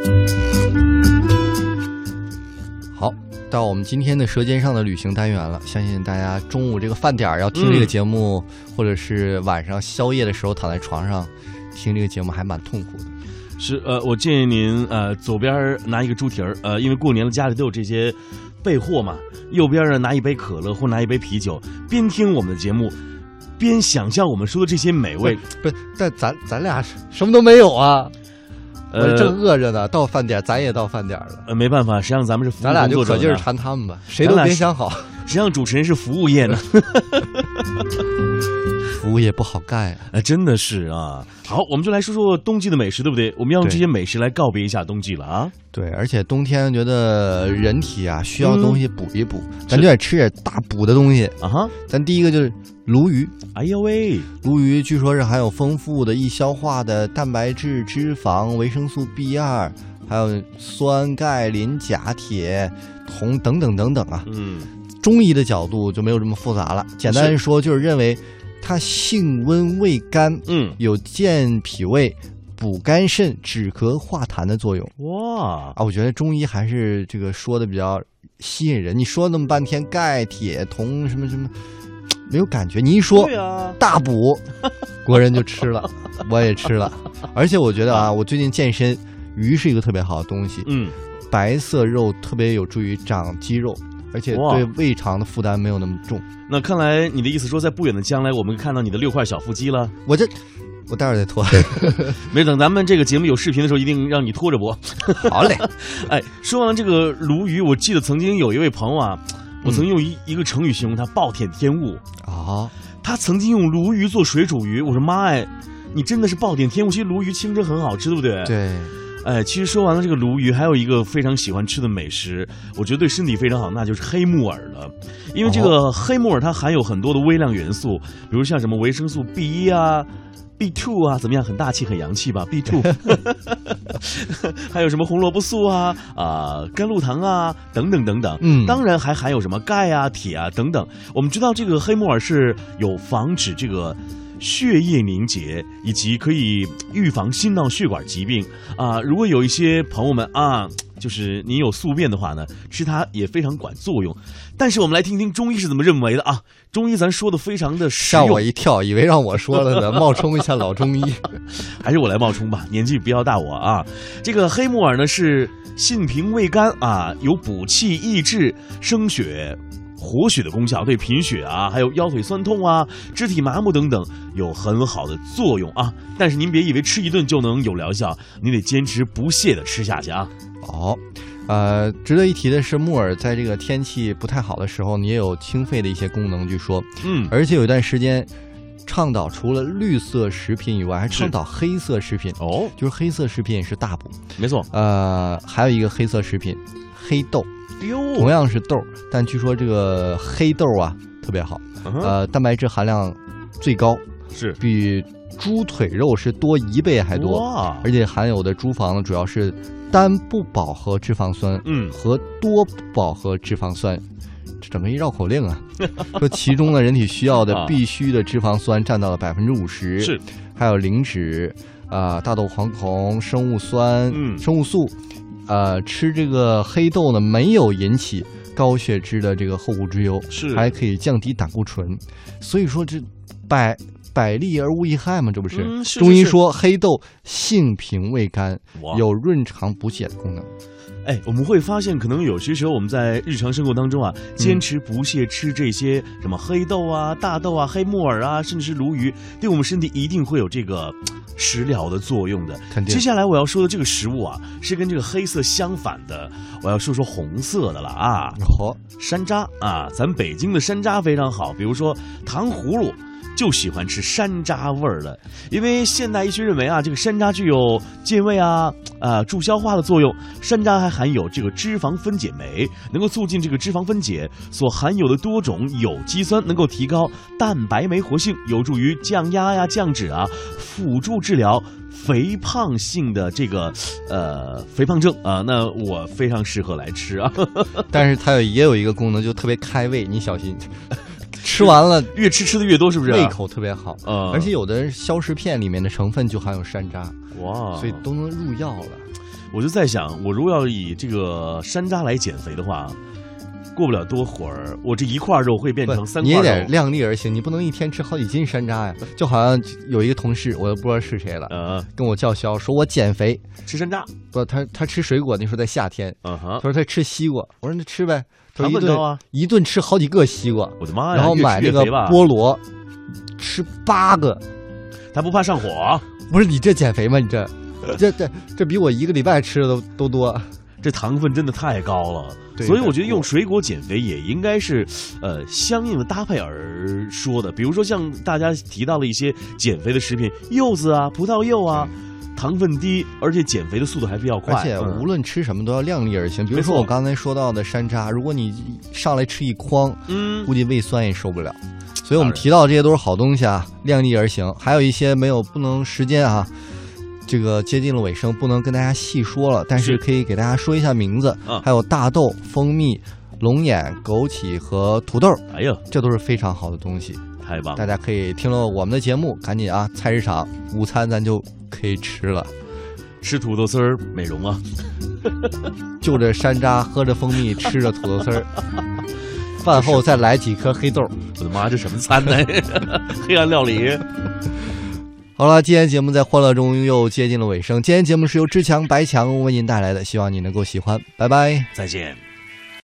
好，到我们今天的舌尖上的旅行单元了，相信大家中午这个饭点要听这个节目，或者是晚上宵夜的时候躺在床上听这个节目还蛮痛苦的。 是我建议您左边拿一个猪蹄儿，因为过年了家里都有这些备货嘛，右边呢拿一杯可乐或拿一杯啤酒，边听我们的节目边想象我们说的这些美味。 不是，但咱俩什么都没有啊。我正饿着呢，到饭点咱也到饭点了。 没办法，实际上咱们是服务咱俩就工作者可劲儿馋他们吧，谁都别想好。 实际上主持人是服务业呢。 服务业不好干啊， 真的是啊。好，我们就来说说冬季的美食，对不对？我们要用这些美食来告别一下冬季了啊。 对，而且冬天觉得人体啊需要东西补一补，咱就得吃点大补的东西啊哈。 咱第一个就是鲈鱼。 哎呦喂， 鲈鱼据说是含有丰富的易消化的蛋白质、脂肪、维生素 B2，还有酸、钙、磷、钾、铁、铜等等等等啊。中医的角度就没有这么复杂了，简单说就是认为它性温味甘，有健脾胃、补肝肾、止咳化痰的作用。哇啊，我觉得中医还是这个说的比较吸引人。你说那么半天钙、铁、铜什么什么，没有感觉。你一说大补，国人就吃了，我也吃了。而且我觉得啊，我最近健身，鱼是一个特别好的东西。白色肉特别有助于长肌肉。而且对胃肠的负担没有那么重。 那看来你的意思说，在不远的将来，我们看到你的6块小腹肌了。 我待会儿再脱。 没等咱们这个节目有视频的时候，一定让你拖着播。 好嘞。 哎，说完这个鲈鱼，我记得曾经有一位朋友啊，我曾经用一个成语形容他暴殄天物啊。他曾经用鲈鱼做水煮鱼，我说妈哎，你真的是暴殄天物。其实鲈鱼清蒸很好吃，对不对？ 对。 哎，其实说完了这个鲈鱼，还有一个非常喜欢吃的美食，我觉得对身体非常好，那就是黑木耳了。因为这个黑木耳它含有很多的微量元素，比如像什么维生素 B1 啊、B2 啊，怎么样？很大气、很洋气吧 ？B2， 还有什么红萝卜素啊、甘露糖啊等等等等。当然还含有什么钙啊、铁啊等等。我们知道这个黑木耳是有防止这个血液凝结，以及可以预防心脑血管疾病啊。如果有一些朋友们啊，就是您有宿便的话呢，吃它也非常管作用。但是我们来听听中医是怎么认为的啊？中医咱说的非常的实用。 吓我一跳，以为让我说了呢，冒充一下老中医。 还是我来冒充吧，年纪比较大我啊。这个黑木耳呢是性平味甘啊，有补气益智、生血活血的功效，对贫血啊，还有腰腿酸痛啊、肢体麻木等等有很好的作用啊。但是您别以为吃一顿就能有疗效，您得坚持不懈的吃下去啊。 值得一提的是，木耳在这个天气不太好的时候，你也有清肺的一些功能，据说。而且有一段时间倡导除了绿色食品以外，还倡导黑色食品。就是黑色食品也是大补。 没错。 还有一个黑色食品，黑豆。同样是豆，但据说这个黑豆啊特别好，蛋白质含量最高， 是比猪腿肉是多1倍还多，而且含有的脂肪呢主要是单不饱和脂肪酸，和多不饱和脂肪酸。这怎么一绕口令啊？说其中呢，人体需要的必须的脂肪酸占到了50%， 是， 还有磷脂大豆黄酮、生物酸、生物素。吃这个黑豆呢，没有引起高血脂的这个后顾之忧， 是， 还可以降低胆固醇，所以说这百利而无一害嘛，这不是？中医说黑豆性平味甘，有润肠补血的功能。 哎，我们会发现，可能有些时候我们在日常生活当中啊，坚持不懈吃这些什么黑豆啊、大豆啊、黑木耳啊，甚至是鲈鱼，对我们身体一定会有这个食疗的作用的。接下来我要说的这个食物啊，是跟这个黑色相反的，我要说说红色的了啊。山楂啊，咱北京的山楂非常好，比如说糖葫芦。就喜欢吃山楂味儿的，因为现代医学认为啊，这个山楂具有健胃助消化的作用。山楂还含有这个脂肪分解酶，能够促进这个脂肪分解，所含有的多种有机酸能够提高蛋白酶活性，有助于降压呀、降脂啊，辅助治疗肥胖性的这个肥胖症啊。那我非常适合来吃啊。 但是它也有一个功能，就特别开胃，你小心。吃完了越吃的越多，是不是？ 胃口特别好，而且有的消食片里面的成分就含有山楂，所以都能入药了。 我就在想，我如果要以这个山楂来减肥的话，过不了多会儿，我这一块肉会变成3块肉。 你也得量力而行，你不能一天吃好几斤山楂呀。就好像有一个同事，我都不知道是谁了，跟我叫嚣说我减肥吃山楂， 不，他吃水果，那时候在夏天，他说他吃西瓜，我说那吃呗，他说一顿吃好几个西瓜， 我的妈呀！ 然后买那个菠萝，吃8个， 他不怕上火？ 不是你这减肥吗？你这比我1个礼拜吃的都多。 这糖分真的太高了，所以我觉得用水果减肥也应该是，相应的搭配而说的。比如说像大家提到了一些减肥的食品，柚子啊、葡萄柚啊，糖分低，而且减肥的速度还比较快。 而且无论吃什么都要量力而行。比如说我刚才说到的山楂，如果你上来吃一筐，估计胃酸也受不了。所以我们提到这些都是好东西啊，量力而行。还有一些不能时间啊。这个接近了尾声，不能跟大家细说了，但是可以给大家说一下名字，还有大豆、蜂蜜、龙眼、枸杞和土豆。 哎呀， 这都是非常好的东西， 太棒了！ 大家可以听了我们的节目，赶紧啊，菜市场午餐咱就可以吃了， 吃土豆丝儿美容啊， 就着山楂，喝着蜂蜜，吃着土豆丝儿，饭后再来几颗黑豆。 我的妈，这什么餐呢？黑暗料理。 好了，今天节目在欢乐中又接近了尾声。今天节目是由志强、白强为您带来的，希望你能够喜欢。拜拜， 再见。